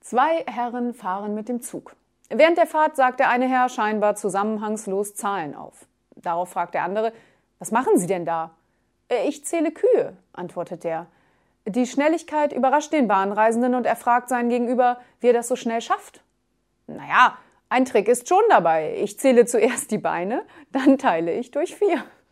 Zwei Herren fahren mit dem Zug. Während der Fahrt sagt der eine Herr scheinbar zusammenhangslos Zahlen auf. Darauf fragt der andere: Was machen Sie denn da? Ich zähle Kühe, antwortet er. Die Schnelligkeit überrascht den Bahnreisenden und er fragt seinen Gegenüber, wie er das so schnell schafft. Naja, ein Trick ist schon dabei. Ich zähle zuerst die Beine, dann teile ich durch 4.